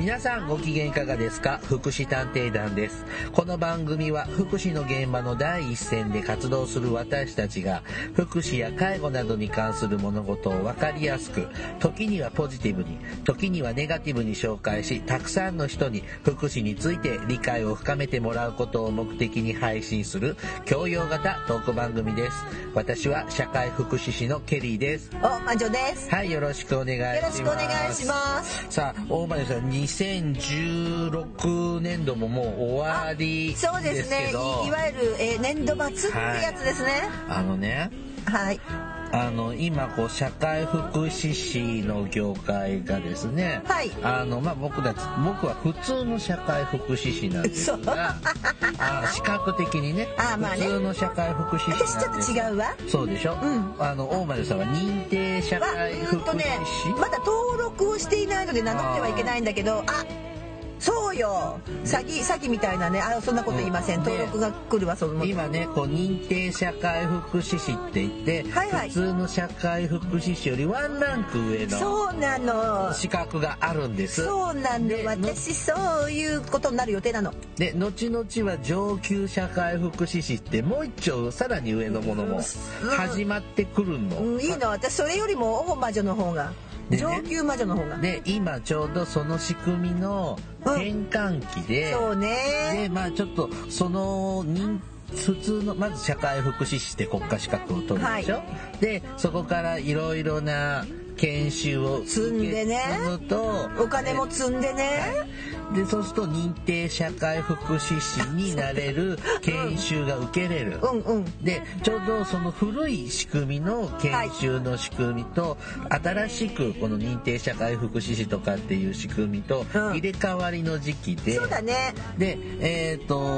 皆さんご機嫌いかがですか？福祉探偵団です。この番組は福祉の現場の第一線で活動する私たちが福祉や介護などに関する物事を分かりやすく、時にはポジティブに、時にはネガティブに紹介し、たくさんの人に福祉について理解を深めてもらうことを目的に配信する教養型トーク番組です。私は社会福祉士のケリーです。 大魔女です。 はい、よろしくお願いします。 よろしくお願いします。 さあ、大魔女さん、2016年度ももう終わりですけど。 そうですね。いわゆる、年度末ってやつですね。はい。 今社会福祉士の業界がですね、 はい、 僕は普通の社会福祉士なんですが資格的にね、普通の社会福祉士なんです。 私ちょっと違うわ。 そうでしょ、大魔女さんは認定社会福祉士、 まだ登録をしていないので名乗ってはいけないんだけど、そうよ、詐欺みたいなね、そんなこと言いません。登録が来るわ。その今ね、認定社会福祉士って言って、普通の社会福祉士よりワンランク上のそうなの資格があるんです。 そうなんで、私そういうことになる予定なので、後々は上級社会福祉士ってもう一丁さらに上のものも始まってくるの、 いいの。私それよりも大魔女の方が、上級魔女の方が。 で、今ちょうどその仕組みの転換期で、 そうね。 で、ちょっとその普通のまず社会福祉士って国家資格を取るでしょ、でそこからいろいろな研修を積んでね、お金も積んでね、 でそうすると認定社会福祉士になれる研修が受けれる、でちょうどその古い仕組みの研修の仕組みと、新しくこの認定社会福祉士とかっていう仕組みと入れ替わりの時期で、 そうだね。 で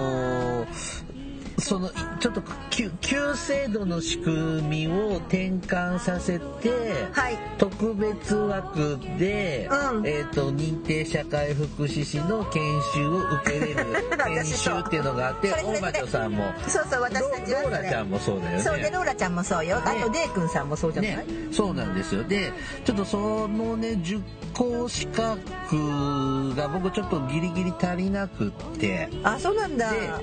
そのちょっと旧制度の仕組みを転換させて、特別枠で、認定社会福祉士の研修を受けれる研修っていうのがあって、大魔女さんも、 そう私たちはローラちゃんもそうだよね。 そうで、ローラちゃんもそうよ。あとデイ君さんもそうじゃない、 そうなんですよ。でちょっとそのね、受講資格が僕ちょっとギリギリ足りなくって、 そうなんだ。 で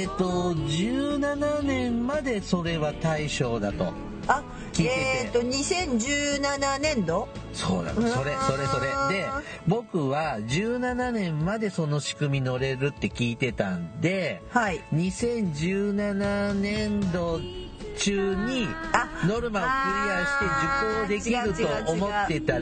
17年までそれは対象だと聞いてて、 2017年度。 そうなの。それで、僕は17年までその仕組み乗れるって聞いてたんで、2017年度中にノルマをクリアして受講できると思ってたら、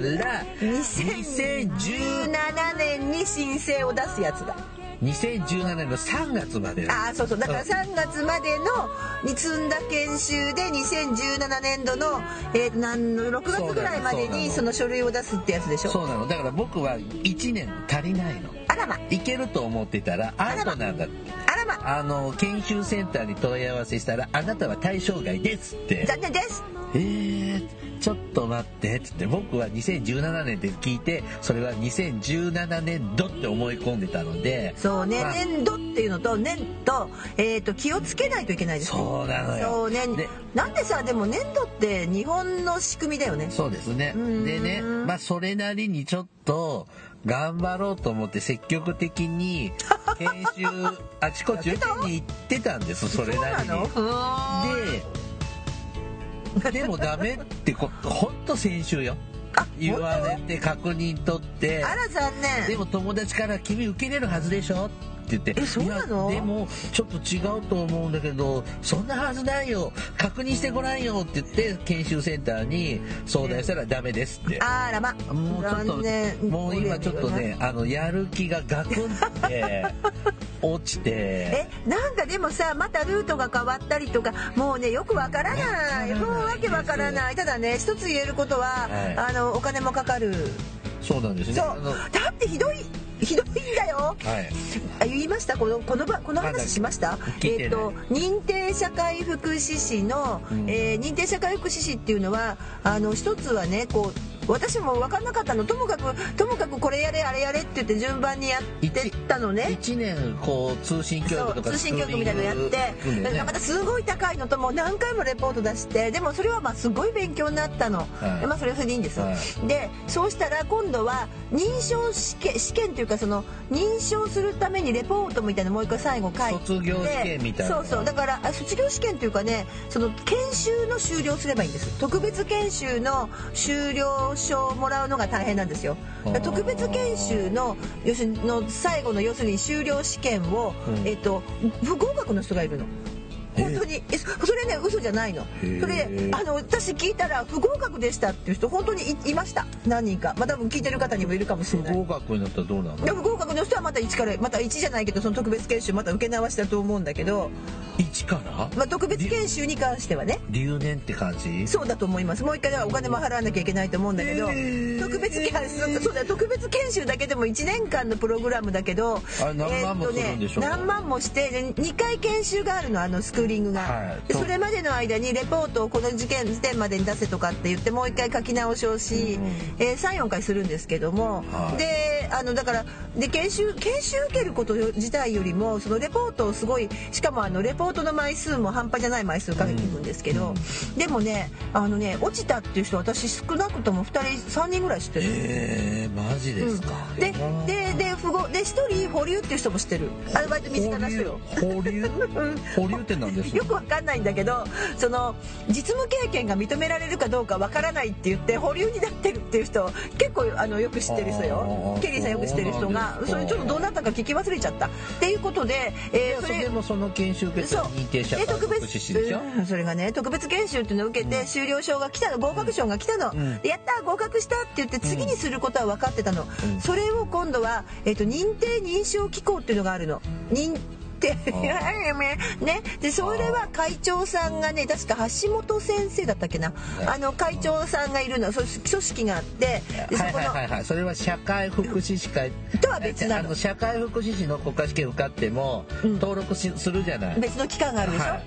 2017年に申請を出すやつだ。 2017年の3月まで。 そうだから3月までのに積んだ研修で、2017年度の、6月ぐらいまでにその書類を出すってやつでしょ。 そうなの。だから僕は1年足りないの。いけると思ってたらアウトなんだって。研修センターに問い合わせしたら、あなたは対象外ですって。 残念です。 ちょっと待ってっつって、僕は2017年で聞いて、それは2017年度って思い込んでたので。 そうね、年度っていうのと気をつけないといけないです。 そうなのよ。 そうね。なんでさ、でも年度って日本の仕組みだよね。 そうですね。でね、それなりにちょっと頑張ろうと思って積極的に研修あちこち受けに行ってたんです。それなりに。でもダメってほんと先週よ。言われて確認取って、 残念。 でも友達から君受けれるはずでしょって言って、 そうなの？ でもちょっと違うと思うんだけど、そんなはずないよ、確認してごらんよって言って研修センターに相談したらダメですって。もうちょっと、もう今ちょっとね、やる気がガクンって落ちてなんかでもさ、またルートが変わったりとか、もうね、よくわからない、もうわけわからない。ただね、一つ言えることは、お金もかかる。 そうなんですね。 だってひどいんだよ。言いました？この話しました？認定社会福祉士の、認定社会福祉士っていうのは、一つはね、 私も分かんなかったの。ともかくこれやれあれやれって言って順番にやってったのね。 1年こう通信教育とか通信教育みたいなのやって、またすごい高いのともう何回もレポート出して、でもそれはまあすごい勉強になったの、 はい、 でまあそれでいいんです、 はい、 でそうしたら今度は認証試験というか、その認証するためにレポートみたいなのもう一回最後書いて、 卒業試験みたいな。 そうだから卒業試験というかね、その研修の修了すればいいんです。特別研修の修了証をもらうのが大変なんですよ。特別研修の要するに最後の要するに修了試験を、不合格の人がいるの。本当にそれね嘘じゃないの。それ私聞いたら不合格でしたっていう人本当にいました、何人か。まあ多分聞いてる方にもいるかもしれない。 不合格になったらどうなの？ 不合格の人はまた1じゃないけど、その特別研修また受け直しだと思うんだけど。 1から、 まあ、特別研修に関してはね留年って感じ。 そうだと思います。もう一回お金も払わなきゃいけないと思うんだけど、特別研修だけでも1年間のプログラムだけど、 何万もするんでしょう、 何万もしてで2回研修があるの、スクーリングが、はい、でそれまでの間にレポートをこの時点までに出せとかって言ってもう一回書き直しをし、3,4 回するんですけども、はい、でだからで研修受けること自体よりもそのレポートをすごい、しかもレポートの枚数も半端じゃない枚数かけていくんですけど、でもね落ちたっていう人私少なくとも3人ぐらい知ってる。 マジですか。 で1人保留っていう人も知ってる。アルバイト身近な人よ。 保留って何ですか？ よくわかんないんだけど、その実務経験が認められるかどうかわからないって言って保留になってるっていう人結構よく知ってる人よ。ケリーさんよく知ってる人がそれちょっとどうなったか聞き忘れちゃったっていうことで、 それでもその研修受けた認定者福祉士でしょ。 それがね特別研修っていうのを受けて修了証が来たの、合格証が来たの、でやった合格したって言って次にすることは分かってたの、それを今度は、認定認証機構っていうのがあるの。認定ね、でそれは会長さんがね確か橋本先生だったっけな、会長さんがいるの、組織があって、でそこのそれは社会福祉士会とは別なの。 社会福祉士の国家試験受かっても登録するじゃない、 別の機関があるでしょ、はい、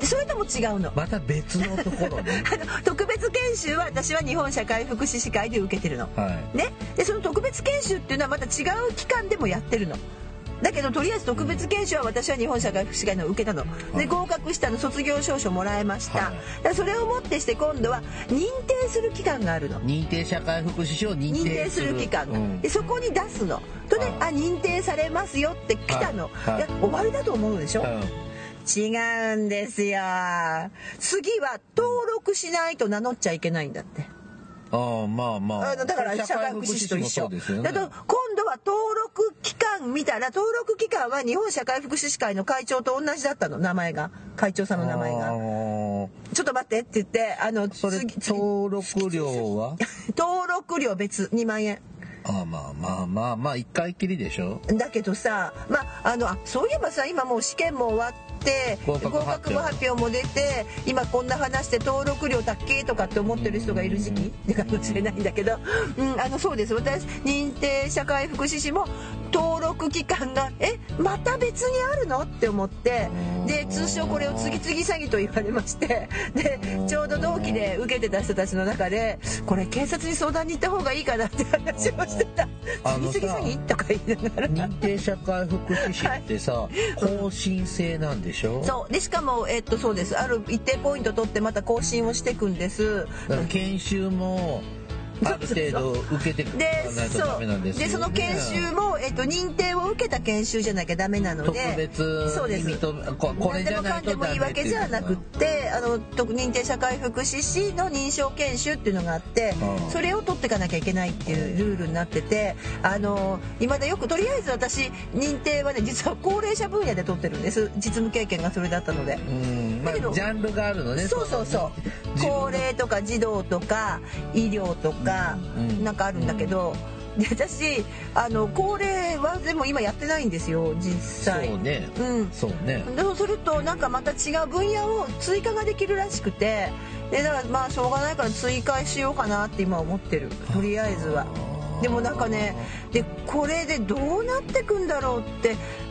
それとも違うの。 また別のところね特別研修は私は日本社会福祉士会で受けてるの、はいね、でその特別研修っていうのはまた違う機関でもやってるの。だけどとりあえず特別研修は私は日本社会福祉会の受けたので、合格したの、卒業証書もらえました、はい、それをもってして今度は認定する機関があるの。 認定社会福祉士を認定する機関が、でそこに出すのとね、認定されますよって来たの、いや終わりだと思うでしょ、違うんですよ。次は登録しないと名乗っちゃいけないんだって。だから社会福祉士と一緒。だと今度は登録機関見たら、登録機関は日本社会福祉士会の会長と同じだったの、名前が、会長さんの名前が。ちょっと待ってって言ってそれ登録料は登録料別2万円。 まあ1回きりでしょ。 だけどさ、そういえばさ、今もう試験も終わって合格発表も出て、今こんな話で登録料だっけとかって思ってる人がいる時期かもしれないんだけど、そうです。私認定社会福祉士も登録期間がまた別にあるのって思って、で通称これを次々詐欺と言われまして、でちょうど同期で受けてた人たちの中でこれ警察に相談に行った方がいいかなって話をしてた。次々詐欺とか言いながら。 認定社会福祉士ってさ、更新制なんでしょ。 そうで、しかもそうです、ある一定ポイント取ってまた更新をしていくんです。 研修もある程度受けてくれないとダメなんですよね。でその研修も、認定を受けた研修じゃなきゃダメなので、特別そうです。 これじゃないとダメっていうのは。何でもかんでもいいわけじゃなくって、 認定社会福祉士の認証研修っていうのがあって、それを取っていかなきゃいけないっていうルールになってて、今だよくとりあえず私認定はね実は高齢者分野で取ってるんです。実務経験がそれだったので。 だけどジャンルがあるのね。 そう高齢とか児童とか医療とかなんかあるんだけど、で私高齢はでも今やってないんですよ実際。 そうね、そうね。 そうするとなんかまた違う分野を追加ができるらしくて、でだからしょうがないから追加しようかなって今思ってる、とりあえずは。でもなんかね、でこれでどうなってくんだろうって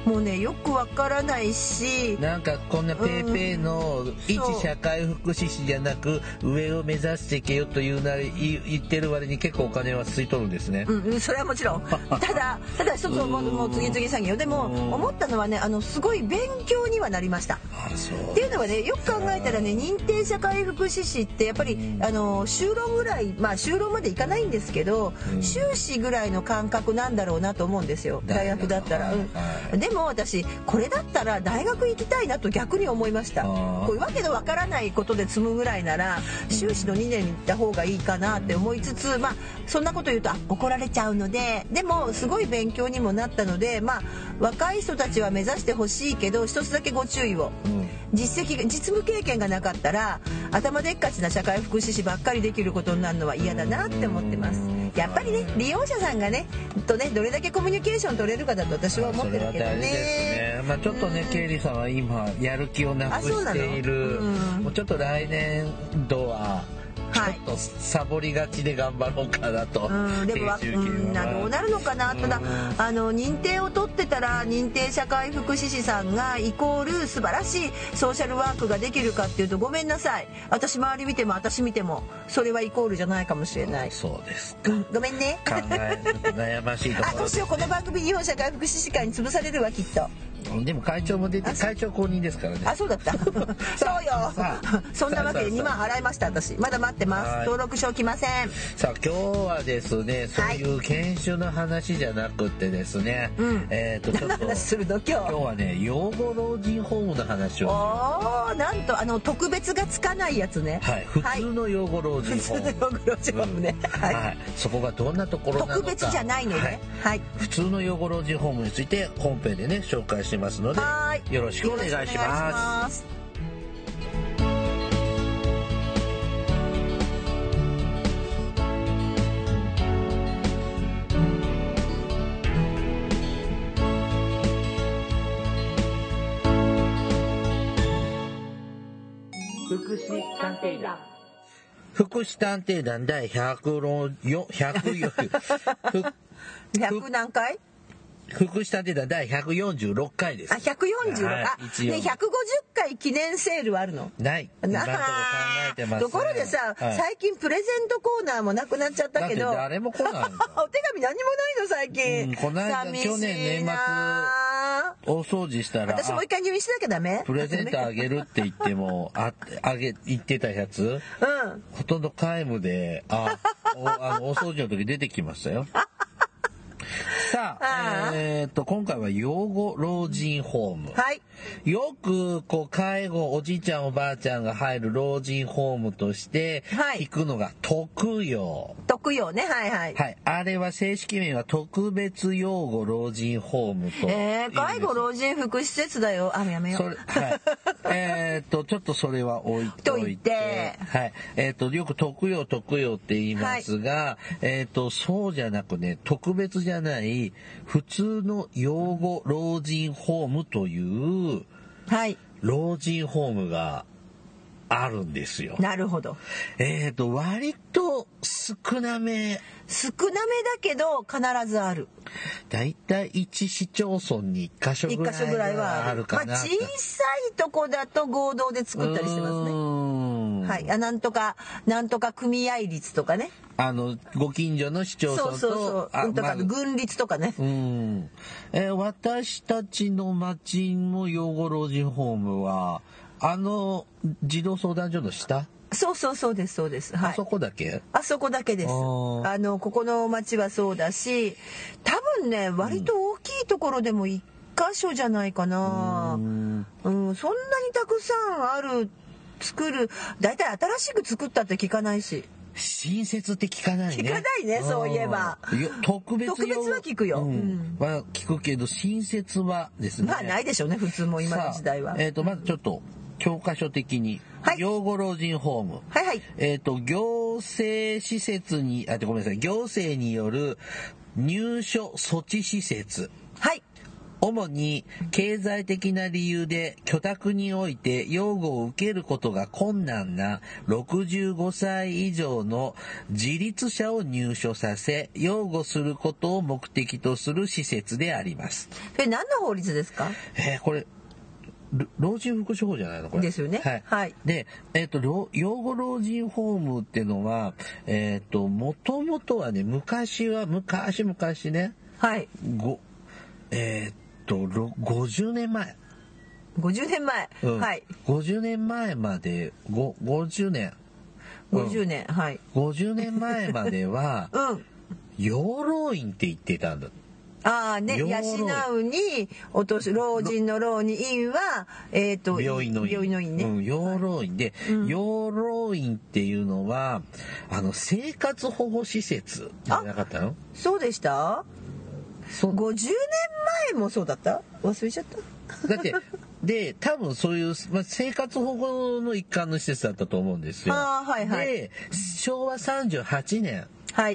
もうねよくわからないし、 なんかこんなペーペーの一社会福祉士じゃなく上を目指していけよというなり言ってる割に結構お金は吸い取るんですね。 それはもちろんただ一つもう次々作業でも思ったのはねすごい勉強にはなりました。っていうのはねよく考えたらね認定社会福祉士ってやっぱり修論ぐらい修論までいかないんですけど、修士ぐらいの感覚なんだろうなと思うんですよ大学だったら。でも私これだったら大学行きたいなと逆に思いました。こういうわけのわからないことで積むぐらいなら修士の2年に行った方がいいかなって思いつつ、そんなこと言うと怒られちゃうので、でもすごい勉強にもなったので、若い人たちは目指してほしいけど一つだけご注意を、実務経験がなかったら頭でっかちな社会福祉士ばっかりできることになるのは嫌だなって思ってます。やっぱりね利用者さんがねどれだけコミュニケーション取れるかだと私は思ってるけどね。 それは大事ですね。ちょっとね経理さんは今やる気をなくしている。もうちょっと来年度はちょっとサボりがちで頑張ろうかなと。 でもどうなるのかな。ただ認定を取ってたら認定社会福祉士さんがイコール素晴らしいソーシャルワークができるかっていうとごめんなさい、私周り見ても私見てもそれはイコールじゃないかもしれない。 そうですか、 ごめんね。 考えると悩ましいところ。 どうしようこの番組日本社会福祉士会に潰されるわきっと。 でも会長も出て会長公認ですからね。 そうだったそうよそんなわけで2万払いました私。まだ待ってます。登録証来ません。 さあ今日はですねそういう研修の話じゃなくてですね、ちょっと何の話するの今日はね養護老人ホームの話を。 なんと特別がつかないやつね。 普通の養護老人ホーム。 普通の養護老人ホームね。 そこがどんなところなのか。 特別じゃないのね。 普通の養護老人ホームについて本編でね紹介してますのでよろしくお願いします。 福祉探偵団。 福祉探偵団第 100何回？ 福祉探偵団第146回です。 146。150回記念セールはあるの？ ない。今のところ考えてます。 ところでさ、最近プレゼントコーナーもなくなっちゃったけど。 誰も来ないんだ。 お手紙何もないの最近。 この間去年年末大掃除したら。 私もう一回入院しなきゃダメ？ プレゼントあげるって言っても言ってたやつ。ほとんど皆無で大掃除の時出てきましたよ。さあ、今回は養護老人ホーム。よく介護おじいちゃんおばあちゃんが入る老人ホームとして聞くのが特養。 特養ね。 あれは正式名は特別養護老人ホームと。 介護老人福祉施設だよ。やめよう。 ちょっとそれは置いといて。よく特養って言いますが、そうじゃなくね、特別じゃない普通の養護老人ホームという老人ホームがあるんですよ。 なるほど。 割と少なめだけど必ずある。 だいたい1市町村に1箇所ぐらいはあるかな。 小さいとこだと合同で作ったりしてますね。なんとか組合率とかね。 ご近所の市町村と軍立とかね。 私たちの町の養護老人ホームは児童相談所の下。 そうです。 あそこだけ？ あそこだけです。ここの町はそうだし、多分ね割と大きいところでも1箇所じゃないかな。そんなにたくさん作る。だいたい新しく作ったって聞かないし。 新設って聞かないね。 聞かないね、そういえば。 特別は聞くよ。 は聞くけど新設はですね。 ないでしょうね、普通も今の時代は。 まずちょっと教科書的に、養護老人ホーム。行政施設に行政による入所措置施設。 主に経済的な理由で居宅において養護を受けることが困難な65歳以上の自立者を入所させ養護することを目的とする施設であります。 何の法律ですか？ これ老人福祉法じゃないのこれですよね。 はい。 はい、 で、養護老人ホームっていうのは、もともとはね、昔ね、 はい。 50年前。 50年前。 うん、 はい。 50年前まで、50年。 50年、はい。 50年前までは、 うん。 養老院って言ってたんだ。 ああね、養うに落とす老人の老に院は病院の院ね、養老院で、養老院っていうのは生活保護施設じゃなかったの？ そうでした？50年前もそうだった？忘れちゃった。 だってで多分そういう、生活保護の一環の施設だったと思うんですよ。 はいはい、 で昭和38年。 はい、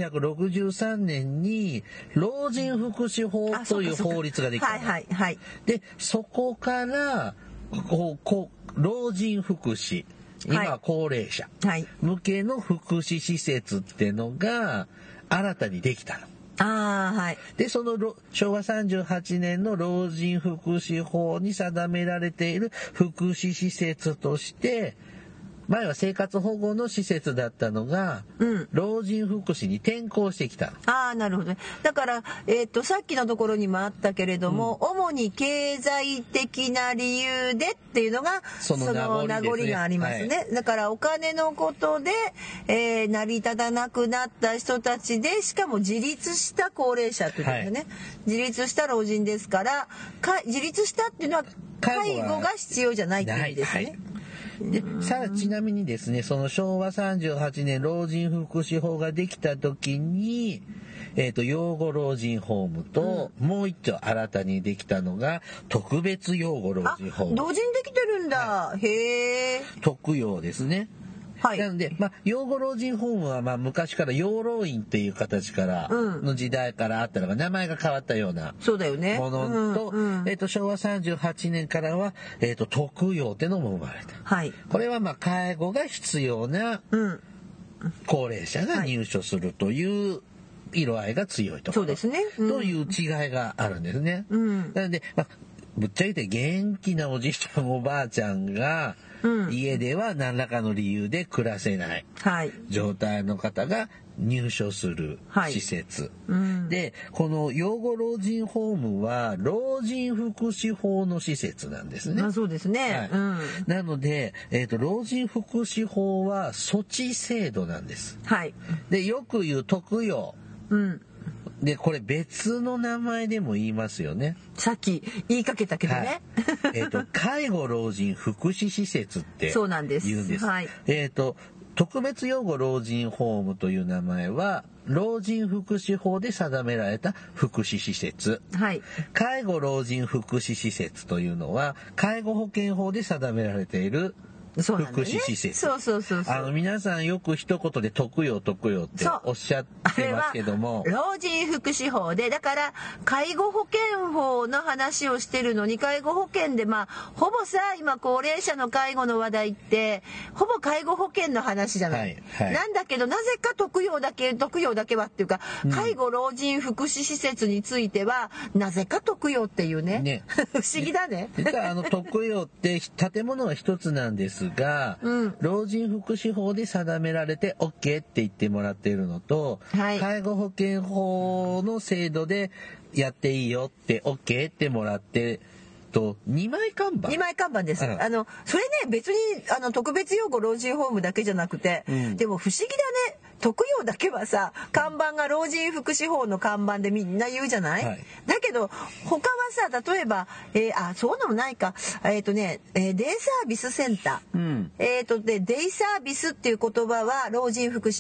1963年に老人福祉法という法律ができた。 はいはいはい。 でそこから老人福祉、今高齢者向けの福祉施設ってのが新たにできたの。 はい。 でその昭和38年の老人福祉法に定められている福祉施設として前は生活保護の施設だったのが、老人福祉に転向してきた。 なるほどね。だから、さっきのところにもあったけれども、主に経済的な理由でっていうのがその名残がありますね。はい、だからお金のことで、成り立たなくなった人たちで、しかも自立した高齢者ということね、自立した老人ですから自立したっていうのは介護が必要じゃないっていう意味ですね。 でちなみにですね、その昭和38年老人福祉法ができた時に、養護老人ホームと、もう一丁新たにできたのが特別養護老人ホーム。 同時にできてるんだ。へえ。 特養ですね。はい、なので、養護老人ホームは昔から養老院っていう形からの時代からあったのが名前が変わったようなそうだよねものと、昭和38年からは、特養っていうのも生まれた。 はい、 これは介護が必要な高齢者が入所するという色合いが強いところ。 そうですね。 という違いがあるんですね。なので、ぶっちゃけて元気なおじいちゃんおばあちゃんが家では何らかの理由で暮らせない状態の方が入所する施設、でこの養護老人ホームは老人福祉法の施設なんですね。 そうですね。 なので、老人福祉法は措置制度なんです。でよく言う特養、でこれ別の名前でも言いますよね。 さっき言いかけたけどね。 介護老人福祉施設って言うんです。そうなんです。はい、特別養護老人ホームという名前は老人福祉法で定められた福祉施設。はい、介護老人福祉施設というのは介護保険法で定められている福祉施設。そう皆さんよく一言で特養っておっしゃってますけども、 老人福祉法でだから介護保険法の話をしてるのに、介護保険でほぼさ今高齢者の介護の話題ってほぼ介護保険の話じゃない、なんだけどなぜか特養だけはっていうか、介護老人福祉施設についてはなぜか特養っていうね不思議だね。 実は特養って建物は一つなんですが、老人福祉法で定められて OK って言ってもらっているのと、介護保険法の制度でやっていいよって OK ってもらってと2枚看板です。それね別に特別養護老人ホームだけじゃなくて、でも不思議だね。特養だけはさ看板が老人福祉法の看板でみんな言うじゃない、だけど他はさ例えば、そういうのもないかデイサービスセンター、でデイサービスっていう言葉は老人福祉法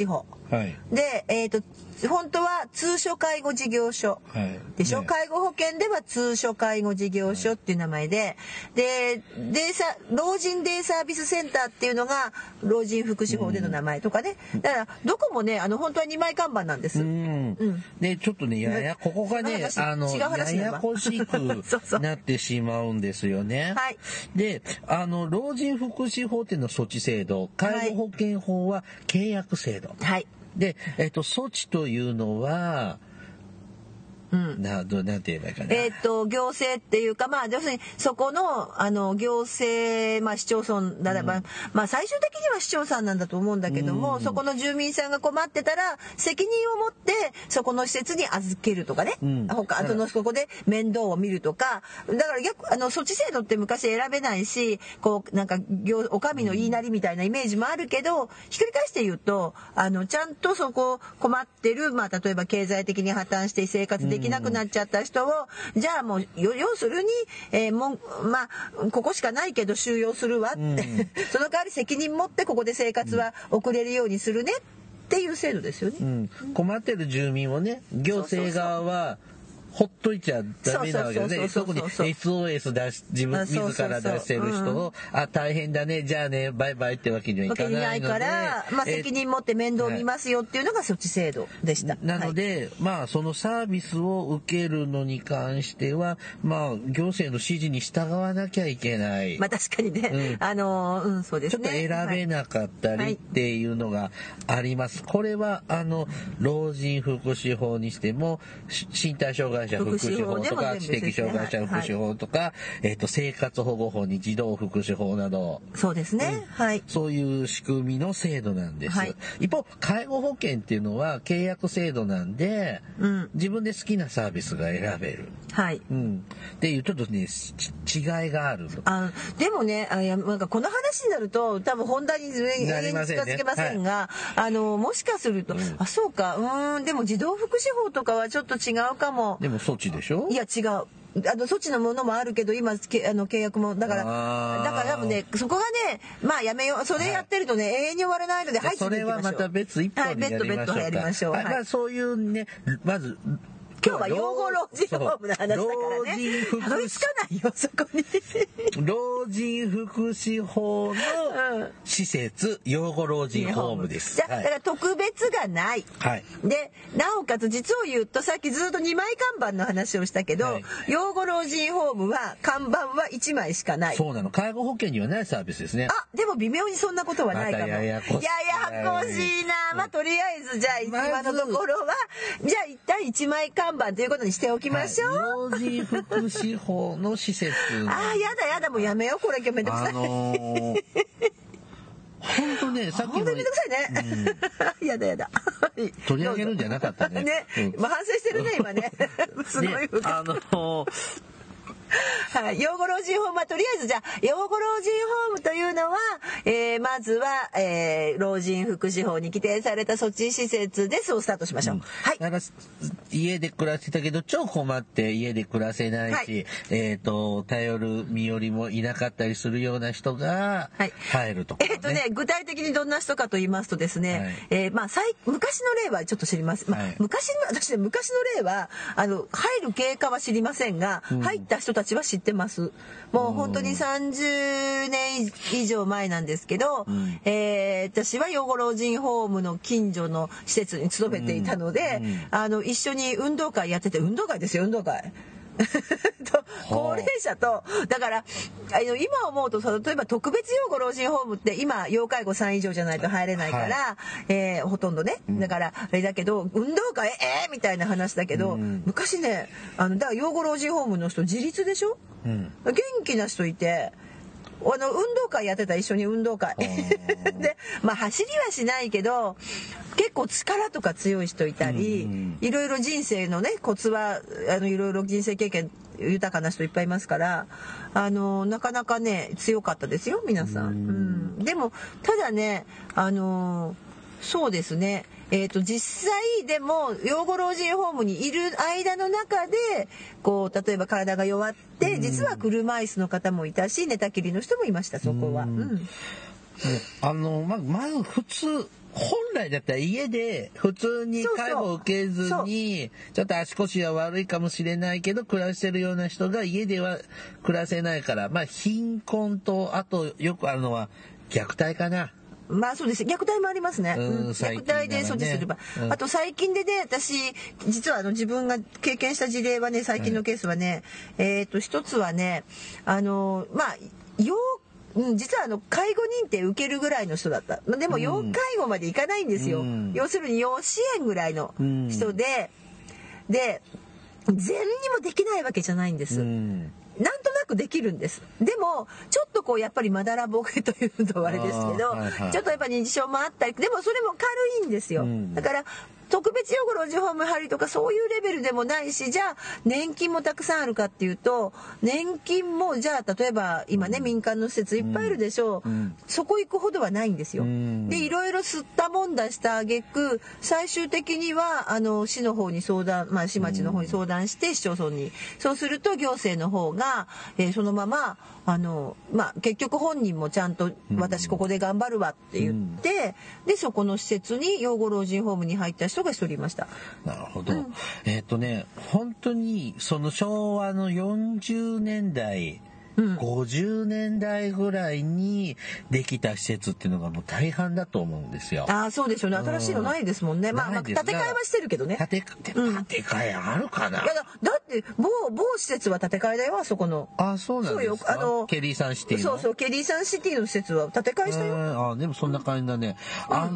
はい、 で、本当は通所介護事業所でしょ、ね、介護保険では通所介護事業所っていう名前で、で老人デイサービスセンターっていうのが老人福祉法での名前とかね、だからどこもね本当は2枚看板なんです。 でちょっとねここがねややこしくなってしまうんですよね。 はい、 で老人福祉法っていうのは措置制度、介護保険法は契約制度。 はい。 で、措置というのは、なんて言えばいいかな。 行政っていうか、要するにそこの行政、市町村ならば、最終的には市町村なんだと思うんだけども、そこの住民さんが困ってたら責任を持ってそこの施設に預けるとかね、そこで面倒を見るとか、だから措置制度って昔選べないし、こうなんかお上の言いなりみたいなイメージもあるけど、ひっくり返して言うとちゃんとそこ困ってる、例えば経済的に破綻して生活できなくなっちゃった人を、じゃあもう要するに、ここしかないけど収容するわって、その代わり責任持ってここで生活は送れるようにするねっていう制度ですよね。 困ってる住民をね、行政側はほっといちゃダメなわけでね。特に SOS 自ら出してる人を、大変だね、じゃあねバイバイってわけにはいかないので、 責任持って面倒見ますよっていうのが措置制度でした。 なので、そのサービスを受けるのに関しては行政の指示に従わなきゃいけない。 確かにね、そうですね。 ちょっと選べなかったりっていうのがあります。これは老人福祉法にしても身体障害者福祉法とか知的障害者福祉法とか、生活保護法に児童福祉法など、 そうですね、 そういう仕組みの制度なんです。一方介護保険っていうのは契約制度なんで、自分で好きなサービスが選べる、っていうちょっとね違いがある。 でもねなんかこの話になると多分本題に近づけませんが、もしかすると、そうかでも児童福祉法とかはちょっと違うかも。 でも措置でしょ。 いや違う、措置のものもあるけど今契約もだから多分ねそこがねやめよう、それやってるとね、永遠に終わらないので、 それはまた別一本にやりましょうか。そういうね、まず今日は養護老人ホームの話だからね。たどり着かないよそこに。 老人福祉法の施設、養護老人ホームです。 だから特別がない。でなおかつ実を言うと、さっきずっと2枚看板の話をしたけど、養護老人ホームは看板は1枚しかない。 そうなの。介護保険にはないサービスですね。 でも微妙にそんなことはないかも。ややこしいな。とりあえずじゃあ今のところはじゃあ一旦1枚看板ということにしておきましょう。 老人福祉法の施設。 やだもうやめよう、これ今日めんどくさい。 本当ね、さっきの本当にめんどくさいね。やだ。 取り上げるんじゃなかったね。 反省してるね今ね。すごい。養護老人ホームはとりあえずじゃあ養護老人ホームというのは、まずは、老人福祉法に規定された措置施設でそうスタートしましょう。 だから家で暮らしてたけど超困って家で暮らせないし、頼る身寄りもいなかったりするような人が入ると、 具体的にどんな人かと言いますとですね、昔の例はちょっと知ります。昔の例は入る経過は知りませんが、入った人たちは知ってます。もう本当に30年以上前なんですけど、私は養護老人ホームの近所の施設に勤めていたので、一緒に運動会やってて、運動会ですよ、運動会。高齢者とだから今思うと例えば特別養護老人ホームって今要介護3以上じゃないと入れないから、ほとんどね、だからあれだけど運動会みたいな話だけど、昔ねだから養護老人ホームの人自立でしょ、元気な人いて。運動会やってた、一緒に運動会で走りはしないけど結構力とか強い人いたり、いろいろ人生のねコツはいろいろ人生経験豊かな人いっぱいいますから、なかなかね強かったですよ皆さん。でもただねそうですね、実際でも養護老人ホームにいる間の中で例えば体が弱って実は車椅子の方もいたし寝たきりの人もいました、そこは。 まず普通本来だったら家で普通に介護を受けずに、ちょっと足腰は悪いかもしれないけど、暮らしてるような人が家では暮らせないから、まあ貧困と、あとよくあるのは虐待かな。 まあそうです。虐待もありますね。虐待で措置すれば。あと最近でね、私、実は自分が経験した事例はね、最近のケースはね、一つはね、まあ、実は介護認定受けるぐらいの人だった。でも要介護までいかないんですよ。要するに要支援ぐらいの人で、で、全にもできないわけじゃないんです。なんとなくできるんです。でもちょっとこうやっぱりまだらぼけというとあれですけど、ちょっとやっぱり認知症もあったり、でもそれも軽いんですよ。だから特別養護老人ホーム入りとかそういうレベルでもないし、じゃあ年金もたくさんあるかっていうと、年金もじゃあ例えば今ね民間の施設いっぱいあるでしょう、そこ行くほどはないんですよ。でいろいろ吸ったもんだした挙句、最終的には市の方に相談、まあ市町の方に相談して市町村に、そうすると行政の方が、そのまままあ結局本人もちゃんと私ここで頑張るわって言って、でそこの施設に養護老人ホームに入った人が一人いました。 なるほど。本当にその昭和の40年代、50年代ぐらいにできた施設っていうのがもう大半だと思うんですよ。 ああそうですよね。新しいのないですもんね。まあ建て替えはしてるけどね。 建て替えあるかな。 いやだって某施設は建て替えだよ、あそこの。 あ、そうなんですか。ケリーサンシティの。 そうケリーサンシティの施設は建て替えしたよ。 でもそんな感じだね。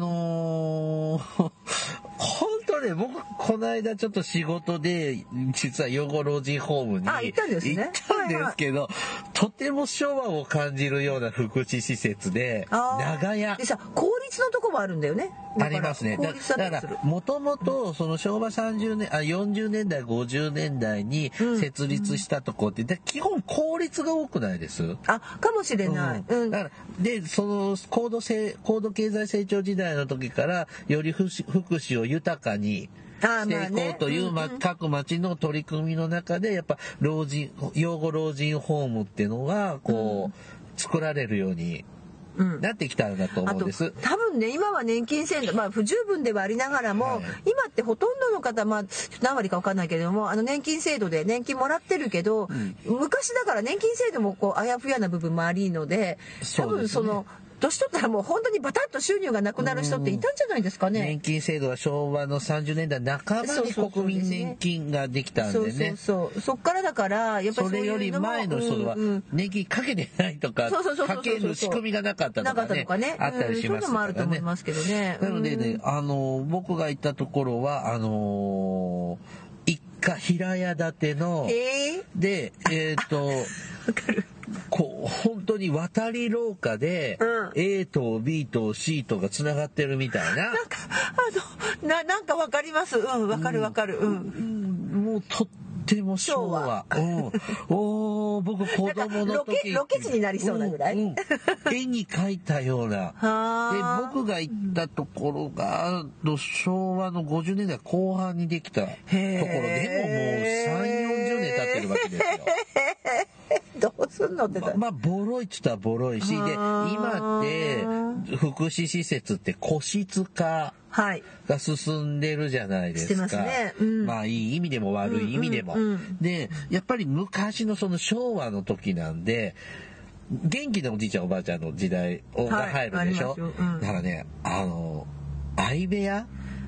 本当ね、僕この間ちょっと仕事で実は養護老人ホームに行ったんですね。 行ったんですけど、とても昭和を感じるような福祉施設で、長屋でさ、公立のとこもあるんだよね。 ありますね。だからもともとその昭和40年代50年代に設立したとこって、基本公立が多くないです？ かもしれない。 だからでその高度経済成長時代の時からより福祉を豊かにしていこうという各町の取り組みの中で、やっぱ養護老人ホームっていうのがこう作られるようになってきたんだと思うんです。 多分ね、今は年金制度、まあ不十分ではありながらも、今ってほとんどの方、まあ何割か分かんないけれども、年金制度で年金もらってるけど、昔だから年金制度もこうあやふやな部分もありので、多分その年取ったらもう本当にバタッと収入がなくなる人っていたんじゃないですかね。 年金制度は昭和の30年代半ばに国民年金ができたんでね。 そっからだからやっぱりそれより前の人は年金かけてないとか、かける仕組みがなかったとかね、あったりしますからね。そういうのもあると思いますけどね。なのでね、僕が行ったところは一家平屋建てのでわかる。本当に渡り廊下で A と B と C とがつながってるみたいな。 なんかわかります。わかる。 もうとっても昭和。僕子供の時ロケ地になりそうなぐらい。 絵に描いたような。で僕が行ったところが昭和の50年代後半にできたところでももう3、40年経ってるわけですよ。 どうすんのってまあボロいっつったらボロいし、で今って福祉施設って個室化が進んでるじゃないですか。まあいい意味でも悪い意味でも。でやっぱり昔のその昭和の時なんで元気なおじいちゃんおばあちゃんの時代が入るでしょ。だからね相部屋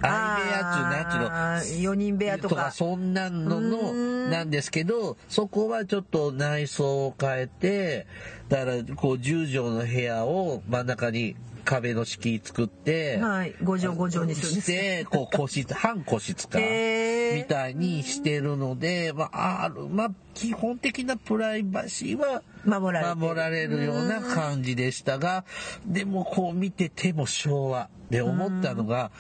4人部屋とかそんなのなんですけど、そこはちょっと内装を変えて、だからこう10畳の部屋を真ん中に壁の敷居作って、 5畳にするんですしてこう半個室化みたいにしてるので、基本的なプライバシーは守られるような感じでしたが、でもこう見てても昭和で思ったのが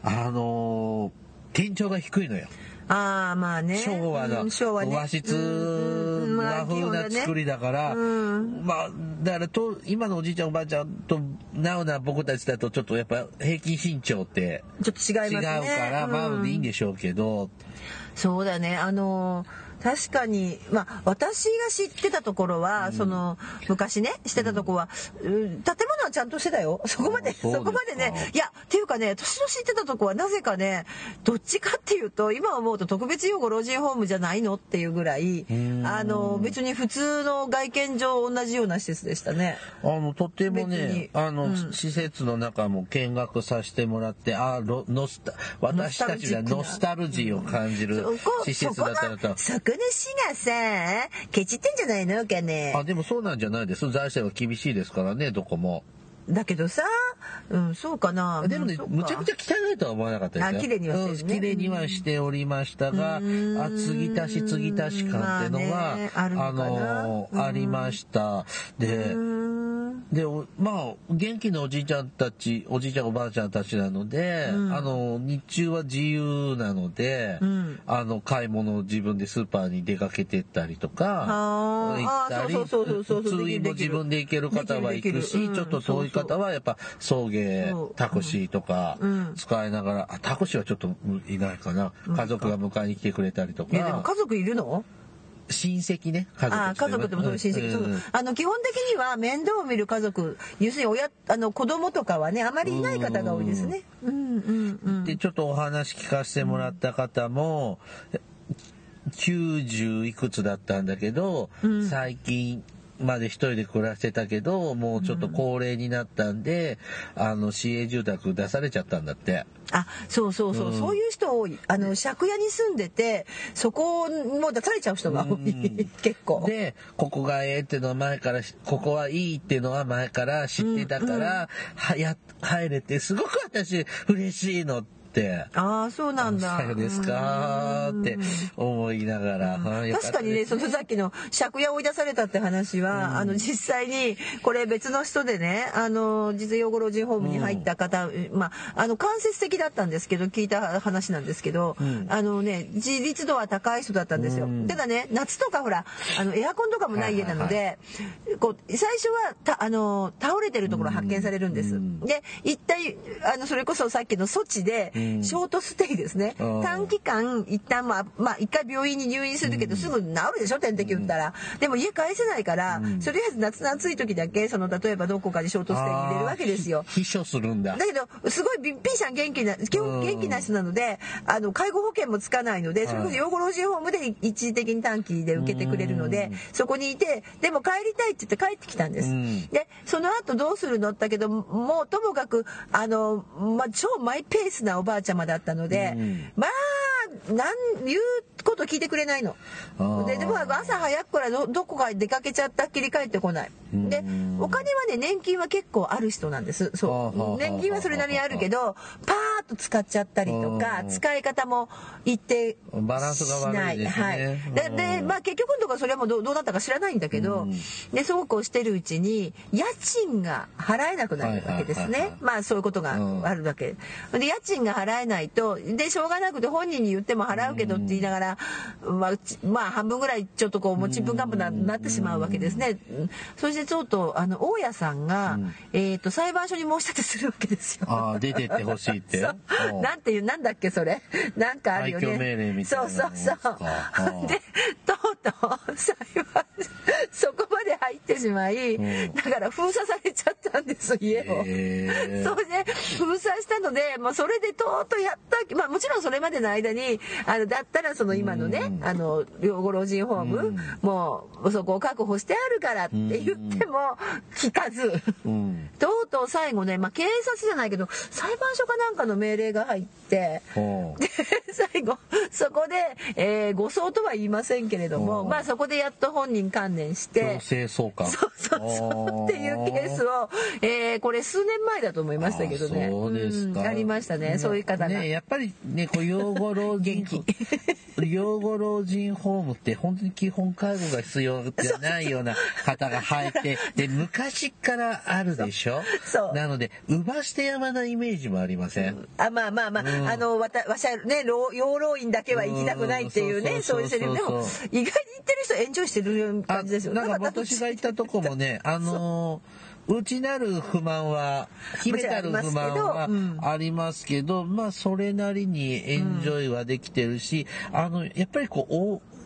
天井が低いのよ。 まあね、 昭和の和室和風な作りだから、だから今のおじいちゃんおばあちゃんとなおな僕たちだとちょっとやっぱ平均身長ってちょっと違いますね。 違うから、まあいいんでしょうけど。 そうだね。 確かに、私が知ってたところは、その昔ねしてたとこは、建物はちゃんとしてたよ。そこまでね。いやっていうかね、私の知ってたとこはなぜかね、どっちかっていうと今思うと特別養護老人ホームじゃないのっていうぐらい、別に普通の外見上同じような施設でしたね。 とってもね、施設の中も見学させてもらって、私たちがノスタルジーを感じる施設だったのと。 そこの市がさ、ケチってんじゃないのかね。 でもそうなんじゃないです。財政は厳しいですからね、どこも。 だけどさ、そうかな。 でもね、むちゃくちゃ汚いとは思わなかったですよ。 綺麗にはしてるね。 綺麗にはしておりましたが、継ぎ足し感っていうのは、ありました。で、元気なおじいちゃんおばあちゃんたちなので、日中は自由なので、買い物を自分でスーパーに出かけてったりとか、行ったり、通院も自分で行ける方は行くし、ちょっと遠い方はやっぱ送迎タクシーとか使いながら、タクシーはちょっといないかな、家族が迎えに来てくれたりとか。 でも家族いるの？ 親戚ね、家族でもそういう親戚、基本的には面倒を見る家族、要するに子供とかはねあまりいない方が多いですね。 でちょっとお話聞かせてもらった方も、90いくつだったんだけど、最近まで一人で暮らしてたけど、もうちょっと高齢になったんで、市営住宅出されちゃったんだって。 そういう人多い。借家に住んでて、そこも出されちゃう人が多い。結構。 で、ここがええっていうのは前から、ここはいいっていうのは前から知ってたから、入れて、すごく私嬉しいのって。 そうなんだ。 さよですかって思いながら、 確かにね、そのさっきの借家を追い出されたって話は、実際にこれ別の人でね、実養護老人ホームに入った方、間接的だったんですけど、聞いた話なんですけど、自立度は高い人だったんですよ。ただね、夏とかほらエアコンとかもない家なので、最初は倒れてるところ発見されるんです。で、一体それこそさっきの措置でショートステイですね。短期間一旦一回病院に入院するけどすぐ治るでしょ、点滴打ったら。でも家帰せないから、とりあえず夏の暑い時だけ例えばどこかにショートステイに入れるわけですよ。 秘書するんだ。 だけどすごいピーさん元気な人なので、介護保険もつかないので、それこそ養護老人ホームで一時的に短期で受けてくれるので、そこにいて、でも帰りたいって言って帰ってきたんです。でその後どうするのだけど、もうともかく超マイペースなおばあちゃまだったので、言うこと聞いてくれないの。でも朝早くからどこか出かけちゃったっきり帰ってこない。でお金はね、年金は結構ある人なんです。年金はそれなりにあるけど、パーッと使っちゃったりとか、使い方も一定バランスが悪いですね。 で結局のところそれはもうどうなったか知らないんだけど、でそうこうしてるうちに家賃が払えなくなるわけですね。そういうことがあるわけで、家賃が払えないと、でしょうがなくて本人に言っても払うけどって言いながら、半分ぐらいちょっと持ち分がんなってしまうわけですね。そしてちょっと大家さんが、裁判所に申し立てするわけですよ。 出てってほしいって。 なんだっけそれ、なんかあるよね。 廃墟命令みたいな。 そうでとうとう裁判そこまで入ってしまい、だから封鎖されちゃったんです家を。それで封鎖したので、それでとうとうやった、もちろんそれまでの間にだったらその今のね、養護老人ホーム、もうそこを確保してあるからって言っても聞かず、とうとう最後ね、警察じゃないけど裁判所かなんかの命令が入って、で最後そこで、誤送とは言いませんけれども、そこでやっと本人観念して強制送還っていうケースを、これ数年前だと思いましたけどね。 そうですか。 ありましたね、そういう方が。 やっぱりね、養護老人養護老人ホームって本当に基本介護が必要じゃないような方が入ってで、昔からあるでしょ。なので乳母してやまなイメージもありません？ わしゃね、養老院だけは行きたくないっていうね、そういうセリフでも意外に言ってる人エンジョイしてる感じですよ。 なんか私が行ったとこもね、内なる不満は、秘めたる不満はありますけど、それなりにエンジョイはできてるし、やっぱり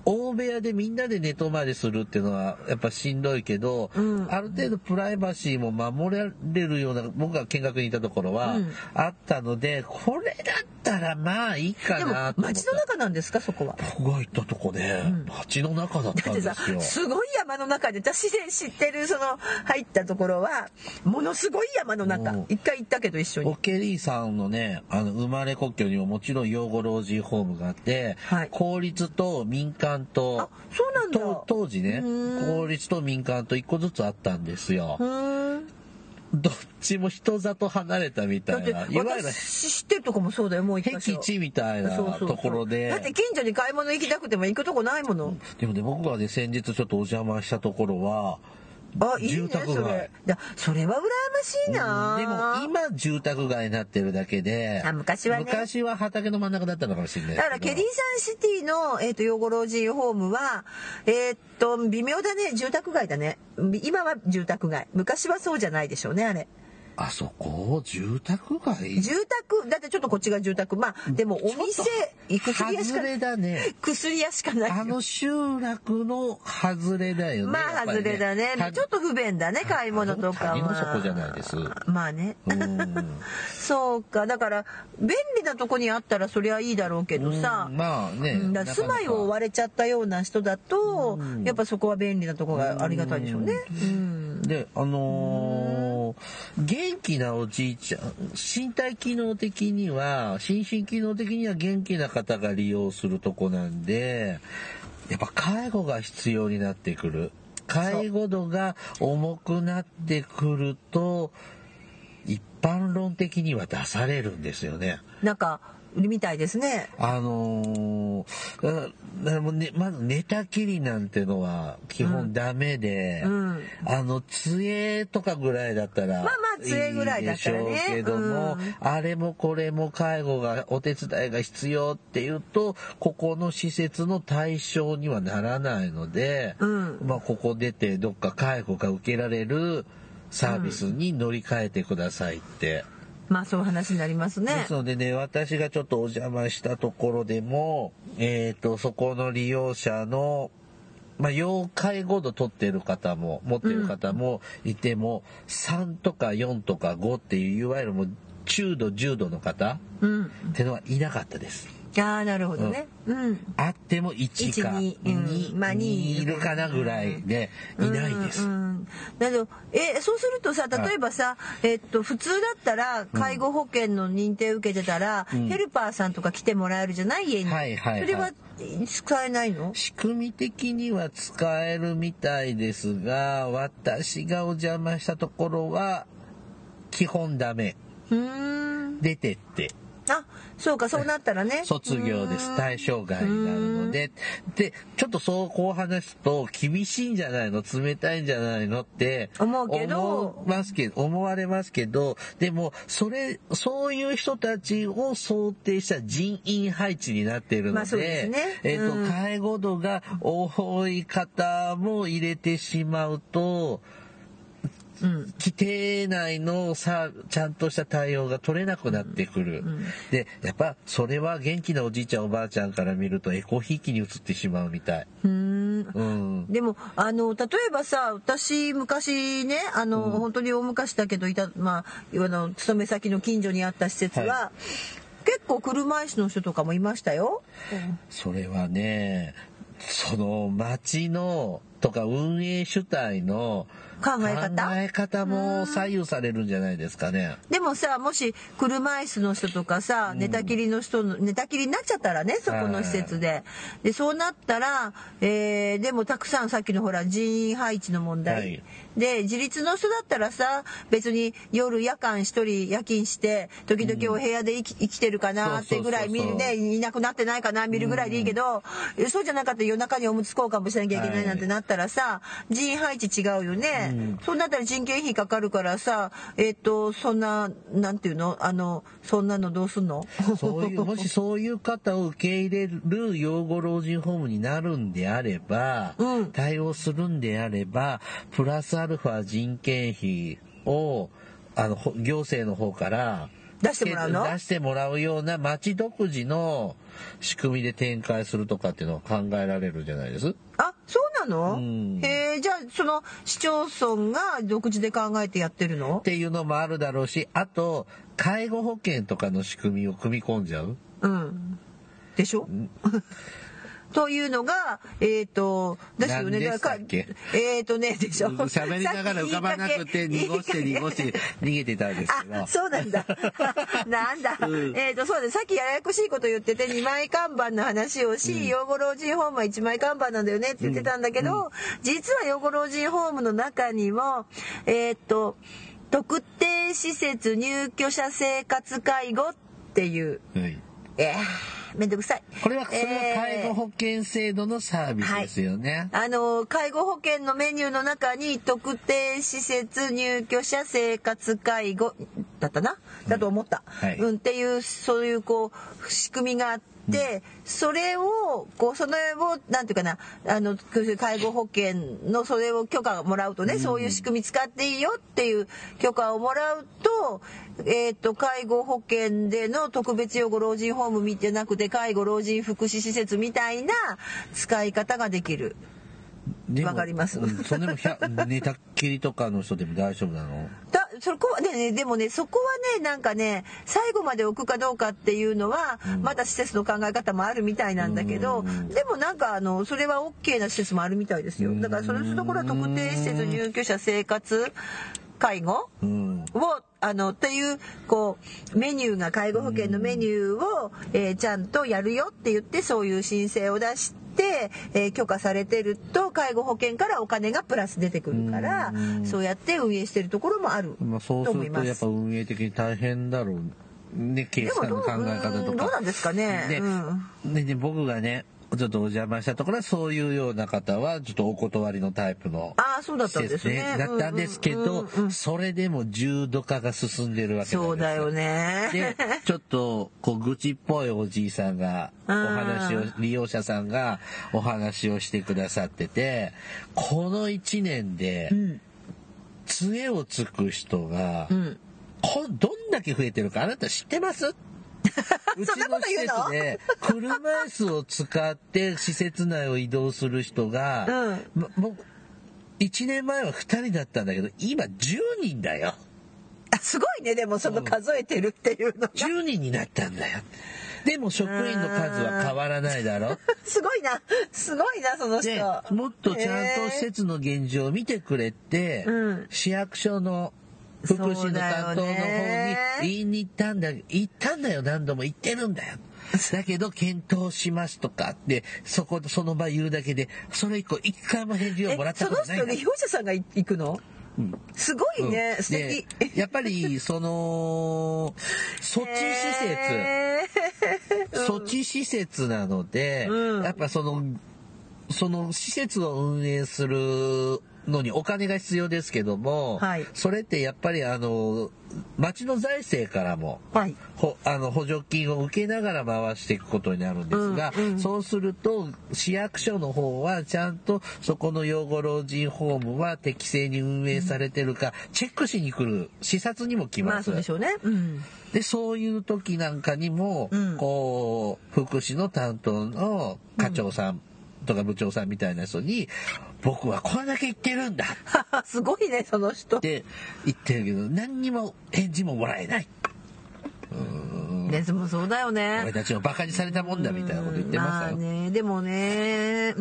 大部屋でみんなで寝泊まりするっていうのはやっぱしんどいけど、ある程度プライバシーも守られるような、僕が見学に行ったところはあったので、これだったらまあいいかなと思った。 でも街の中なんですか、そこは。 僕が行ったとこね、街の中だったんですよ。 だってさ、すごい山の中で、私で知ってるその入ったところはものすごい山の中、一回行ったけど一緒に。 オケリーさんのね、生まれ故郷にももちろん養護老人ホームがあって、公立と民間と、 そうなんだ。 当時ね、公立と民間と1個ずつあったんですよ。どっちも人里離れたみたいな、いわゆる私知ってるとこもそうだよ、もう一僻地みたいなところで。 だって近所に買い物行きたくても行くとこないもの。 でもね、僕がね先日ちょっとお邪魔したところは、住宅街。 それは羨ましいな。 でも今住宅街になってるだけで、 昔はね、 昔は畑の真ん中だったのかもしれない。 だからケリーサンシティの養護老人ホームは微妙だね、住宅街だね。今は住宅街、昔はそうじゃないでしょうね、あれ。 あそこ住宅街？ 住宅だって、ちょっとこっちが住宅、まあでもお店薬屋しか外れだね。 薬屋しかない。 集落の外れだよね。 まあ外れだね。ちょっと不便だね、買い物とかは。 谷の底じゃないです。 まあね。そうか、だから便利なとこにあったらそりゃいいだろうけどさ、 まあね、 住まいを追われちゃったような人だと、やっぱそこは便利なとこがありがたいでしょうね。 で、元気なおじいちゃん、身体機能的には、心身機能的には元気な方が利用するとこなんで、やっぱ介護が必要になってくる。介護度が重くなってくると、一般論的には出されるんですよね。 なんかみたいですね。 まず寝たきりなんてのは基本ダメで、杖とかぐらいだったらいいでしょうけども、あれもこれも介護がお手伝いが必要っていうと、ここの施設の対象にはならないので、ここ出てどっか介護が受けられるサービスに乗り換えてくださいって。 まあそういう話になりますね。 ですのでね、私がちょっとお邪魔したところでも、そこの利用者の、要介護度取ってる方も持ってる方もいても、3とか4とか5っていういわゆるもう中度重度の方、ってのはいなかったです。 なるほどね。 あっても1か2いるかなぐらいでいないです。 だけどそうするとさ、例えばさ、普通だったら介護保険の認定受けてたら、ヘルパーさんとか来てもらえるじゃない、家に。それは使えないの？ 仕組み的には使えるみたいですが、私がお邪魔したところは基本ダメ。出てって。 そうか、そうなったらね。 卒業です。対象外になるので。で、ちょっとこう話すと、厳しいんじゃないの？冷たいんじゃないの？って思われますけど、でも、そういう人たちを想定した人員配置になっているので、介護度が多い方も入れてしまうと、規定内のちゃんとした対応が取れなくなってくる。で、やっぱそれは元気なおじいちゃんおばあちゃんから見るとエコひいきに移ってしまうみたい。でも例えばさ、私昔ね、本当に大昔だけど勤め先の近所にあった施設は、結構車椅子の人とかもいましたよ。 それはね、その町のとか運営主体の考え方も左右されるんじゃないですかね。 でもさ、もし車椅子の人とかさ、寝たきりの人の寝たきりになっちゃったらね、そこの施設でそうなったら、でもたくさんさっきのほら人員配置の問題、で自立の人だったらさ、別に夜夜勤して時々お部屋で生きてるかなってぐらい見るね、いなくなってないかな見るぐらいでいいけど、そうじゃなかったら夜中におむつ交換もしなきゃいけないなんてなったらさ、人員配置違うよね。そうなったら人件費かかるからさ、そんななんていうの、そんなのどうすんの？ もしそういう方を受け入れる養護老人ホームになるんであれば、対応するんであれば、プラスアルファ人件費を行政の方から出してもらうの？ 出してもらうような町独自の仕組みで展開するとかっていうのは考えられるじゃないです。 あ、そうなの？へえ、じゃあその市町村が独自で考えてやってるの？ っていうのもあるだろうし、あと介護保険とかの仕組みを組み込んじゃう。 でしょ？というのがですよね。 何でしたっけ？ でしょ。 喋りながら浮かばなくて濁して逃げてたんですけど。 あ、そうなんだ。なんだ。そうだ。さっきややこしいこと言ってて2枚看板の話をし、養護老人ホームは1枚看板なんだよねって言ってたんだけど、実は養護老人ホームの中にも特定施設入居者生活介護っていう。めんどくさい。 それは介護保険制度のサービスですよね。 介護保険のメニューの中に特定施設入居者生活介護だったな、だと思った、っていうそういう仕組みがあって、それをなんていうかな、介護保険のそれを許可をもらうとね、そういう仕組み使っていいよっていう許可をもらうと、介護保険での特別養護老人ホーム見てなくて介護老人福祉施設みたいな使い方ができる。わかります？ それも寝たっきりとかの人でも大丈夫なの？ そこはね、でもね、そこはね、なんかね、最後まで置くかどうかっていうのは、また施設の考え方もあるみたいなんだけど、でもなんかそれは OK な施設もあるみたいですよ。だからそのところは特定施設入居者生活介護をっていうメニューが介護保険のメニューを、ちゃんとやるよって言ってそういう申請を出して、許可されてると介護保険からお金がプラス出てくるから、そうやって運営してるところもあると思います。 そうするとやっぱ運営的に大変だろうね、計算の考え方とか。 どうなんですかね。 で僕がねちょっとお邪魔したところはそういうような方はちょっとお断りのタイプのそうだったんですね。 だったんですけど、それでも重度化が進んでるわけなんですよ。 そうだよね。 でちょっと愚痴っぽいおじいさんが利用者さんがお話をしてくださってて、この1年で杖をつく人がどんだけ増えてるかあなた知ってます？うちの施設で車椅子を使って施設内を移動する人が、もう1年前は2人だったんだけど今10人だよ。 すごいね。でもその数えてるっていうのが 10人になったんだよ。でも職員の数は変わらないだろ。 すごいなその人。 でもっとちゃんと施設の現状を見てくれって、市役所の福祉の担当の方に言いに行ったんだよ。何度も言ってるんだよ。だけど検討しますとかってその場言うだけでそれ以降一回も返事をもらったことない。 その人利用者さんが行くの？すごいね。素敵。 やっぱり措置施設なので、やっぱその施設を運営するのにお金が必要ですけども、それってやっぱり町の財政からも、補助金を受けながら回していくことになるんですが、そうすると市役所の方はちゃんとそこの養護老人ホームは適正に運営されてるかチェックしに来る、視察にも来ます。 そうでしょうね。 でそういう時なんかにも、福祉の担当の課長さんとか部長さんみたいな人に僕はこれだけ言ってるんだすごいねその人って言ってるけど何にも返事ももらえない。 でもそうだよね。 俺たちをバカにされたもんだみたいなこと言ってましたよ。 でもね、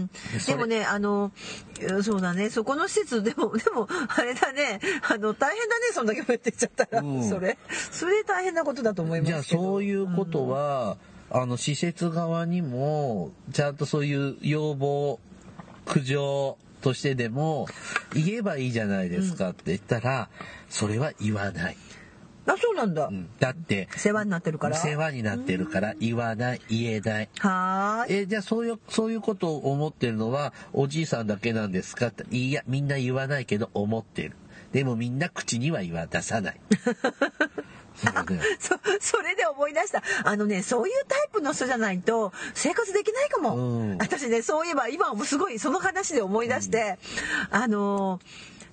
そうだね。そこの施設でもあれだね。大変だね。そんだけ増えてっちゃったら、それ大変なことだと思いますけど。 じゃあそういうことは、施設側にもちゃんとそういう要望苦情としてでも言えばいいじゃないですかって言ったら、それは言わない。 そうなんだ。 だって世話になってるから言わない、言えない。じゃあそういうことを思ってるのはおじいさんだけなんですかって。いやみんな言わないけど思ってる。でもみんな口には出さない。 それで思い出した。そういうタイプの人じゃないと生活できないかも。私ね、そういえば今もすごいその話で思い出して、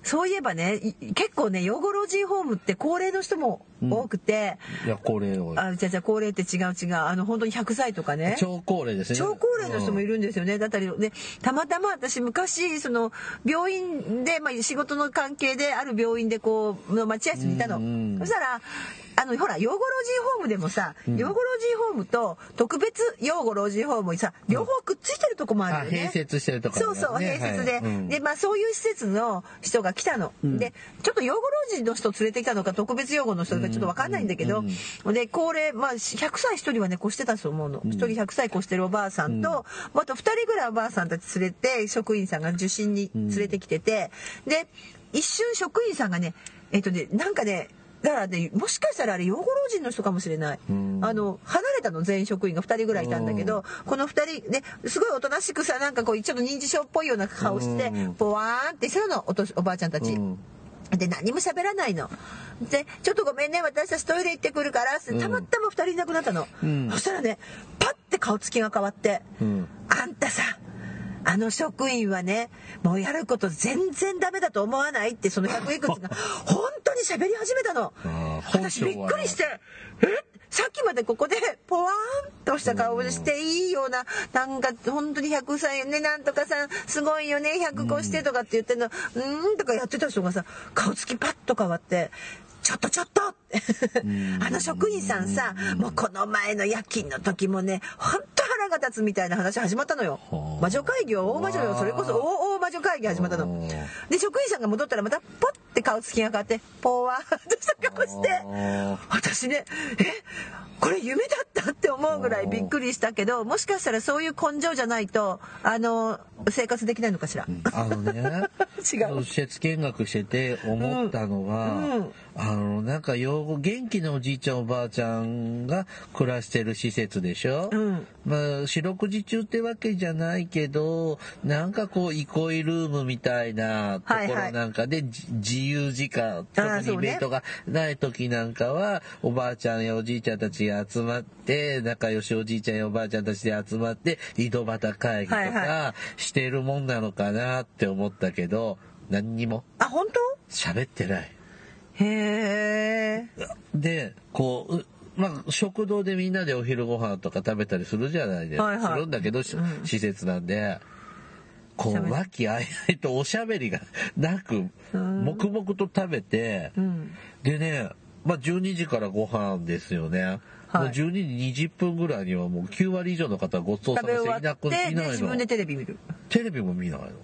そういえばね結構ね養護老人ホームって高齢の人も多くて、 いや高齢多い。 じゃ高齢って違う本当に100歳とかね超高齢ですね。 超高齢の人もいるんですよね。だったりねたまたま私昔その病院で、仕事の関係である病院でこう待合室にいたの。そしたらほら養護老人ホームでもさ、養護老人ホームと特別養護老人ホームにさ両方くっついてるとこもあるよね。 併設してるとこ、ね、 そうそう併設で、でそういう施設の人が来たの。でちょっと養護老人の人連れてきたのか特別養護の人かちょっと分かんないんだけど、で高齢100歳1人はね越してたと思うの。1人100歳越してるおばあさんと、あと2人ぐらいおばあさんたち連れて職員さんが受診に連れてきてて、で一瞬職員さんがねなんかねだからねもしかしたらあれ養護老人の人かもしれない。離れたの全員職員が2人ぐらいいたんだけど、この2人ですごいおとなしくさなんかこうちょっと認知症っぽいような顔してポワーンってしてるのおばあちゃんたち。で何も喋らないの。でちょっとごめんね私たちトイレ行ってくるからってたまたま2人いなくなったの。そしたらねパッて顔つきが変わって「あんたさ職員はねもうやること全然ダメだと思わない?」ってその100いくつが本当に喋り始めたの。私びっくりしてさっきまでここでポワーンとした顔をしていいようななんか本当に100歳ねなんとかさんすごいよね100越してとかって言ってんのとかやってた人がさ顔つきパッと変わって「ちょっと職員さんさもうこの前の夜勤の時もね本当腹が立つ」みたいな話始まったのよ。魔女会議は大魔女よ。それこそ大魔女会議始まったの。で職員さんが戻ったらまたポッて顔つきが変わってポワーッとした顔して私ねこれ夢だったって思うぐらいびっくりしたけど、もしかしたらそういう根性じゃないと生活できないのかしら。 違う。施設見学してて思ったのは、なんか元気なおじいちゃんおばあちゃんが暮らしてる施設でしょ。四六時中ってわけじゃないけどなんかこう憩いルームみたいなところなんかで、自由時間特にイベントがない時なんかはおばあちゃんやおじいちゃんたちが集まって仲良しおじいちゃんやおばあちゃんたちで集まって井戸端会議とかしてるもんなのかなって思ったけど何にも本当喋ってない。 へー。 でこう食堂でみんなでお昼ご飯とか食べたりするじゃないですか、するんだけど、施設なんでこう和気あいあいとおしゃべりがなく黙々と食べて、でね12時からご飯ですよね。もう12時20分ぐらいにはもう9割以上の方はごちそうさましていなくないの。 自分でテレビ見る。 テレビも見ないの。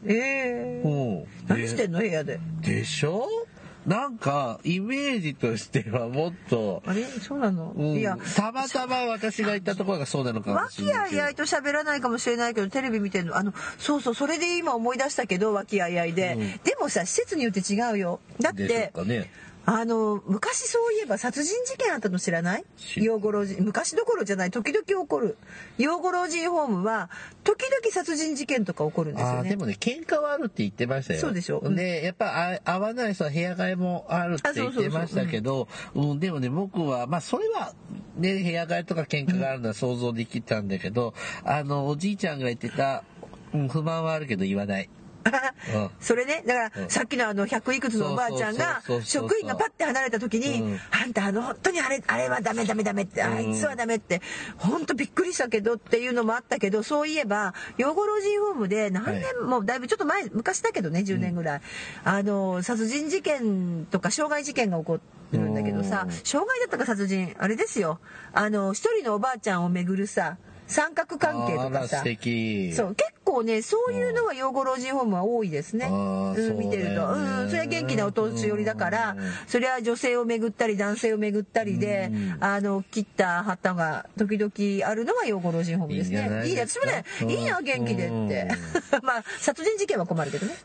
何してんの部屋で。 でしょ。なんかイメージとしてはもっとそうなの、いやたまたま私が行ったところがそうなのかもしれない。 和気あいあいと喋らないかもしれないけどテレビ見てるのそうそれで今思い出したけど和気あいあいで、でもさ施設によって違うよ。だって昔そういえば殺人事件あったの知らない？養護老人昔どころじゃない時々起こる養護老人ホームは時々殺人事件とか起こるんですよね。 でもね喧嘩はあるって言ってましたよ。 そうでしょ。 でやっぱ合わない人は部屋替えもあるって言ってましたけど、でもね僕はそれはね部屋替えとか喧嘩があるのは想像できたんだけど、おじいちゃんが言ってた、不満はあるけど言わない。 それねだからさっきの100いくつのおばあちゃんが職員がパッて離れた時に「あんた本当にあれはダメってあいつはダメって本当びっくりしたけど」っていうのもあったけど、そういえば養護老人ホームで何年もだいぶちょっと昔だけどね10年ぐらい殺人事件とか傷害事件が起こるんだけどさ、傷害だったか殺人あれですよ一人のおばあちゃんをめぐるさ三角関係とかさ、そう結構ねそういうのは養護老人ホームは多いですね。見てるとそれは元気なお年寄りだからそれは女性をめぐったり男性をめぐったりで切った旗が時々あるのが養護老人ホームですね。いいね私もねいいな元気でって殺人事件は困るけどね。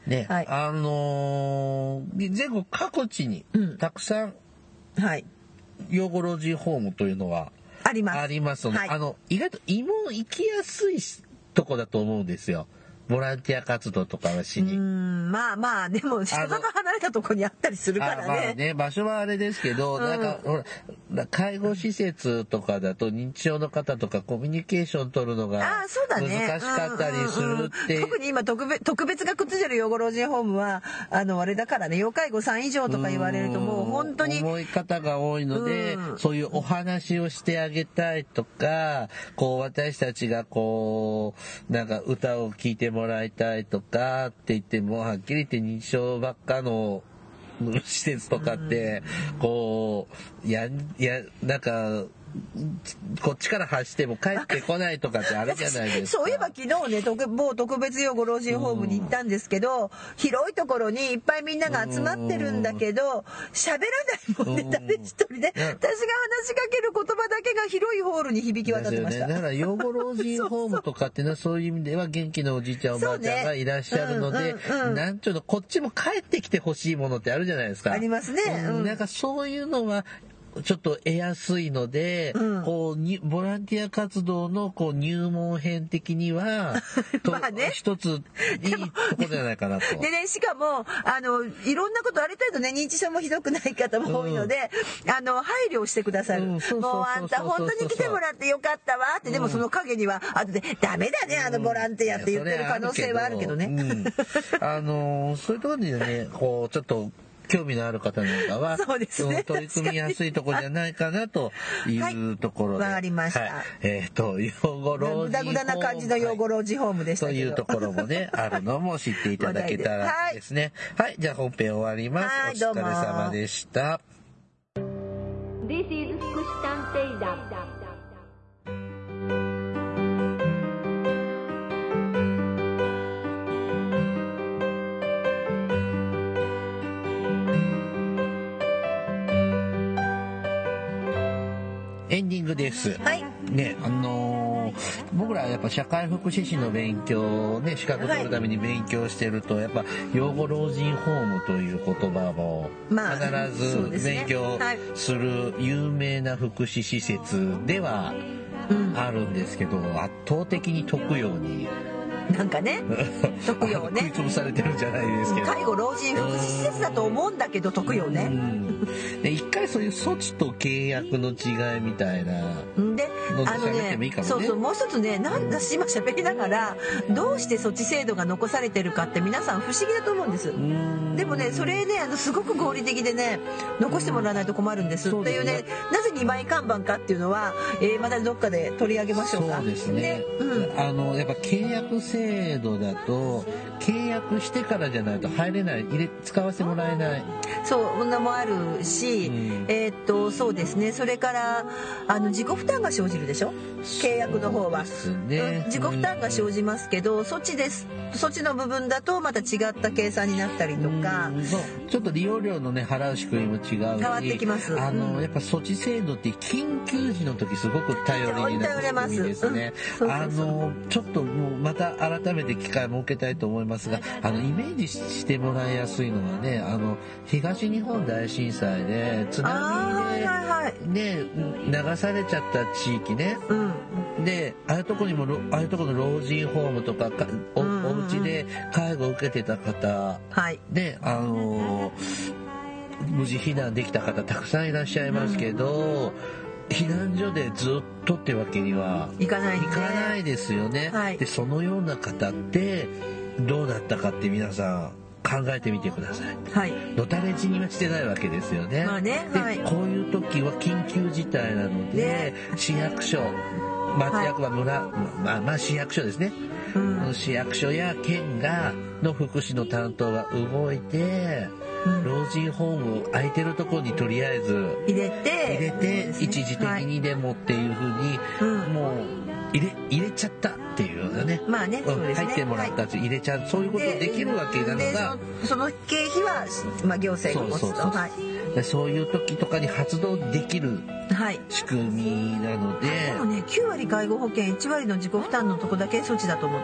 全国各地にたくさん養護老人ホームというのはありますので、意外と慰問行きやすいとこだと思うんですよ。ボランティア活動とかはしに。でも人が離れたとこにあったりするからね。 ね場所はあれですけど、なんかほら介護施設とかだと認知症の方とかコミュニケーション取るのが難しかったりするって、 特に今特別が靴る養護老人ホームはあれだからね、要介護3以上とか言われるともう本当に重い方が多いので、そういうお話をしてあげたいとか、こう私たちがこうなんか歌を聴いてもらいたいとかって言っても、はっきり言って認知症ばっかの施設とかってこうなんかこっちから発しても帰ってこないとかってあるじゃないですか。 そういえば昨日ね、某特別養護老人ホームに行ったんですけど、広いところにいっぱいみんなが集まってるんだけど喋らないもんね、誰一人で。私が話しかける言葉だけが広いホールに響き渡ってました。 だから養護老人ホームとかってのはそういう意味では元気なおじいちゃんおばあちゃんがいらっしゃるので、なんちゅうの、こっちも帰ってきてほしいものってあるじゃないですか。 ありますね。 なんかそういうのはちょっと得やすいので、こうボランティア活動のこう入門編的にはまあね、一ついいとこじゃないかなと。 でね、しかもいろんなことある程度ね、認知症もひどくない方も多いので、配慮をしてくださる。もうあんた本当に来てもらってよかったわって、でもその陰には後でダメだねボランティアって言ってる可能性はあるけどね。 そういうところにね、こうちょっと興味のある方なんかは、 そうですね、 取り組みやすいところじゃないかなというところで、 わかりました。 養護老人ホーム、 グダグダな感じの養護老人ホームでしたけど、 というところもねあるのも知っていただけたらですね。はい、じゃあ本編終わります。お疲れ様でした。 This is 福祉探偵団。 エンディングです。 はい。 ね、僕らやっぱ社会福祉士の勉強ね、資格取るために勉強してると、やっぱ養護老人ホームという言葉も必ず勉強する有名な福祉施設ではあるんですけど、圧倒的に特養になんかね、特養ね、 食い潰されてるんじゃないですけど、 介護老人福祉施設だと思うんだけど特養ね。 で一回そういう措置と契約の違いみたいなで、そうもう一つね、なんだ今喋りながらどうして措置制度が残されてるかって皆さん不思議だと思うんです。でもね、それねすごく合理的でね、残してもらわないと困るんですっていうね、なぜ2枚看板かっていうのは、またどっかで取り上げましょうか。 そうですね。やっぱ契約制度だと契約してからじゃないと入れない、使わせてもらえない、 そんなもあるし、そうですね、それから自己負担が生じるでしょ、契約の方は。自己負担が生じますけど、措置の部分だとまた違った計算になったりとか、 ちょっと利用料のね払う仕組みも違うし、 変わってきます。 やっぱ措置制度って緊急時の時すごく頼りになる仕組みですね。ちょっともうまた改めて機会を設けたいと思いますが、イメージしてもらいやすいのはね、東日本大震災で津波で、ね、流されちゃった地域ね、でああいうところの老人ホームとかお家で介護を受けてた方、で無事避難できた方たくさんいらっしゃいますけど、避難所でずっとってわけにはいかないですよね。でそのような方ってどうだったかって皆さん考えてみてください。のたれ死にはしてないわけですよね。でこういう時は緊急事態なので、市役所、町役場、村、市役所ですね、市役所や県の福祉の担当が動いて、老人ホームを空いてるところにとりあえず入れて、一時的にでもっていう風に、もう入れちゃったっていうのね、入ってもらったって入れちゃう、そういうことできるわけなのが、 その経費は、行政が持つと、 そういう時とかに発動できる仕組みなので、 でもね、9割介護保険、1割の自己負担のとこだけ措置だと思った、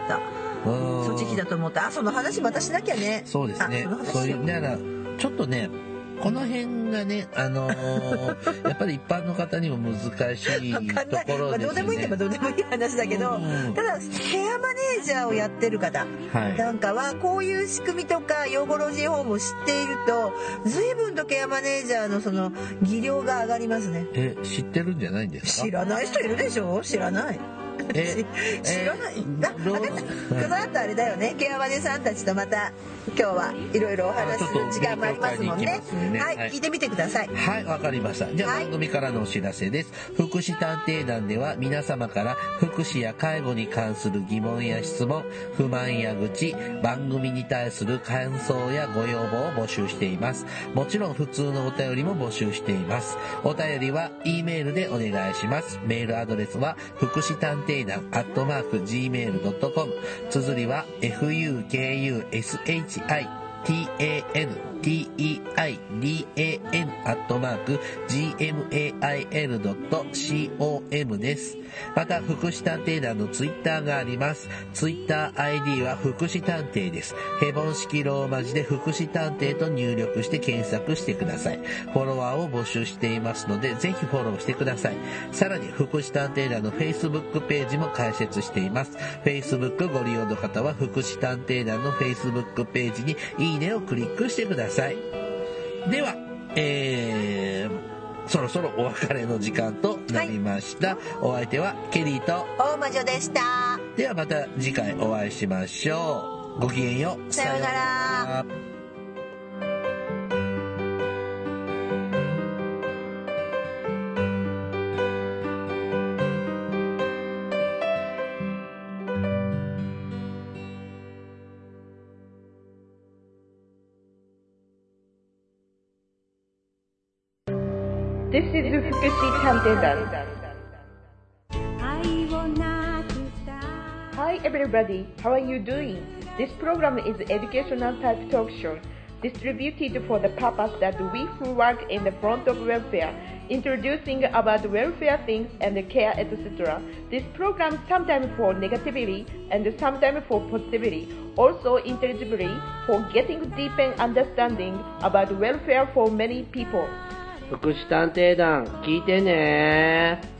措置費だと思った。その話またしなきゃね。 そうですね。そういうだからちょっとね、 この辺がね、やっぱり一般の方にも難しいところですね。 どうでもいいってどうでもいい話だけど、ただケアマネージャーをやってる方なんかはこういう仕組みとか養護老人ホームを知っていると随分とケアマネージャーのその技量が上がりますね。 知ってるんじゃないんですか？ 知らない人いるでしょ？知らない。知らない。分かった。この後あれだよね。ケアマネさんたちとまた今日はいろいろお話しする時間もありますもんね。はい、聞いてみてください。 はい、わかりました。じゃあ番組からのお知らせです。福祉探偵団では皆様から福祉や介護に関する疑問や質問、不満や愚痴、番組に対する感想やご要望を募集しています。もちろん普通のお便りも募集しています。お便りは E メールでお願いします。メールアドレスは福祉探偵団@gmail.com、 綴りは fukushitanteidan@gmail.com です。また福祉探偵団のツイッターがあります。ツイッター ID は福祉探偵です。ヘボン式ローマ字で福祉探偵と入力して検索してください。フォロワーを募集していますのでぜひフォローしてください。さらに福祉探偵団の Facebook ページも開設しています。 Facebook ご利用の方は福祉探偵団の Facebook ページにいいねをクリックしてください。ではそろそろお別れの時間となりました、お相手はケリーと大魔女でした。 ではまた次回お会いしましょう。ごきげんよう。 さようなら。 This is Fukushi Tantedan. Hi everybody, how are you doing? This program is educational type talk show distributed for the purpose that we who work in the front of welfare, introducing about welfare things and care, etc. This program sometimes for negativity and sometimes for positivity, also intelligibly for getting deeper understanding about welfare for many people. 福祉探偵団聞いてね。